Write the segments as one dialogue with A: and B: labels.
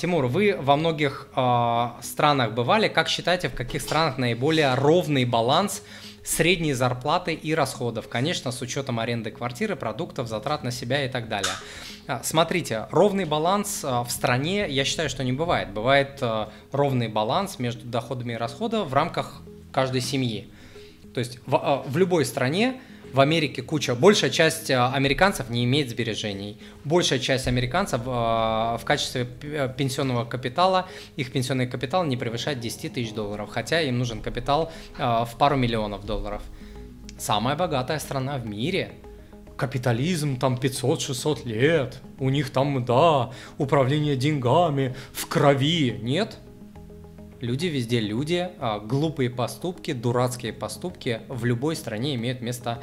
A: Тимур, вы во многих странах бывали. Как считаете, в каких странах наиболее ровный баланс средней зарплаты и расходов? Конечно, с учетом аренды квартиры, продуктов, затрат на себя и так далее. Смотрите, ровный баланс в стране, я считаю, что не бывает. Бывает ровный баланс между доходами и расходами в рамках каждой семьи. То есть в любой стране, в Америке большая часть американцев не имеет сбережений. Большая часть американцев в качестве пенсионного капитала, их пенсионный капитал не превышает 10 тысяч долларов, хотя им нужен капитал в пару миллионов долларов. Самая богатая страна в мире. Капитализм там 500-600 лет, у них там, да, управление деньгами в крови. Нет. Люди везде люди, глупые поступки, дурацкие поступки в любой стране имеют место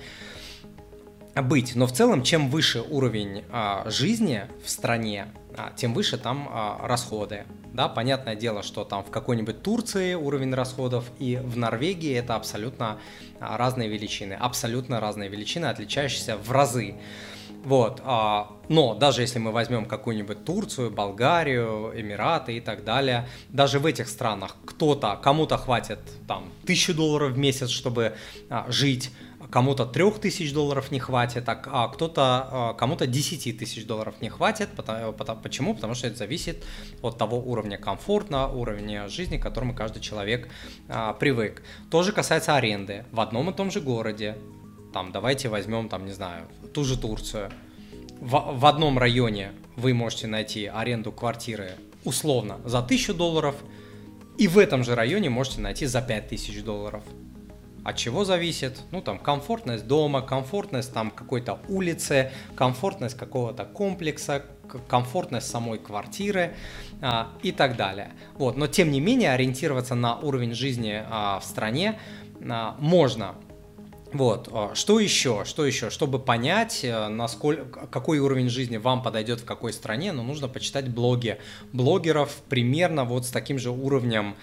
A: быть. Но в целом, чем выше уровень жизни в стране, тем выше там расходы. Да, понятное дело, что там в какой-нибудь Турции уровень расходов и в Норвегии это абсолютно разные величины, отличающиеся в разы. Вот, но даже если мы возьмем какую-нибудь Турцию, Болгарию, Эмираты и так далее, даже в этих странах кому-то хватит там $1000 в месяц, чтобы жить, кому-то $3000 не хватит, кому-то $10 000 не хватит. Почему? Потому что это зависит от того уровня комфорта, уровня жизни, к которому каждый человек привык. То же касается аренды. В одном и том же городе, там, давайте возьмем, там, не знаю, ту же Турцию. В одном районе вы можете найти аренду квартиры условно за $1000, и в этом же районе можете найти за $5000. От чего зависит? Ну, там, комфортность дома, комфортность там какой-то улицы, комфортность какого-то комплекса, комфортность самой квартиры и так далее. Вот. Но, тем не менее, ориентироваться на уровень жизни в стране можно. Вот, что еще? Чтобы понять, какой уровень жизни вам подойдет в какой стране, нужно почитать блоги блогеров примерно вот с таким же уровнем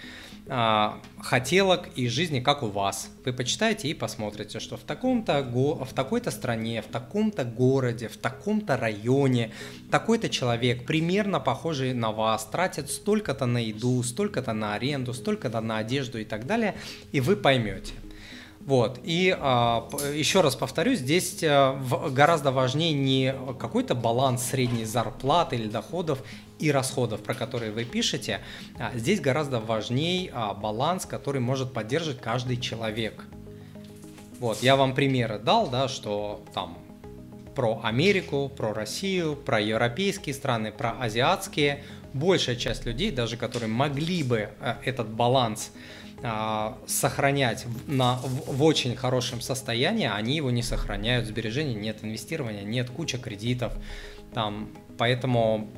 A: хотелок и жизни, как у вас. Вы почитаете и посмотрите, что в такой-то стране, в таком-то городе, в таком-то районе такой-то человек, примерно похожий на вас, тратит столько-то на еду, столько-то на аренду, столько-то на одежду и так далее, и вы поймете. Вот, и еще раз повторюсь, здесь гораздо важнее не какой-то баланс средней зарплаты или доходов и расходов, про которые вы пишете, здесь гораздо важнее баланс, который может поддерживать каждый человек. Вот, я вам примеры дал, да, что там про Америку, про Россию, про европейские страны, про азиатские, большая часть людей, даже которые могли бы этот баланс сохранять в очень хорошем состоянии, они его не сохраняют, сбережений нет, инвестирования нет, куча кредитов, там, поэтому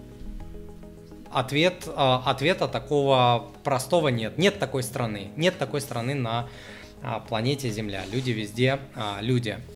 A: ответа такого простого нет. Нет такой страны на планете Земля. Люди везде люди.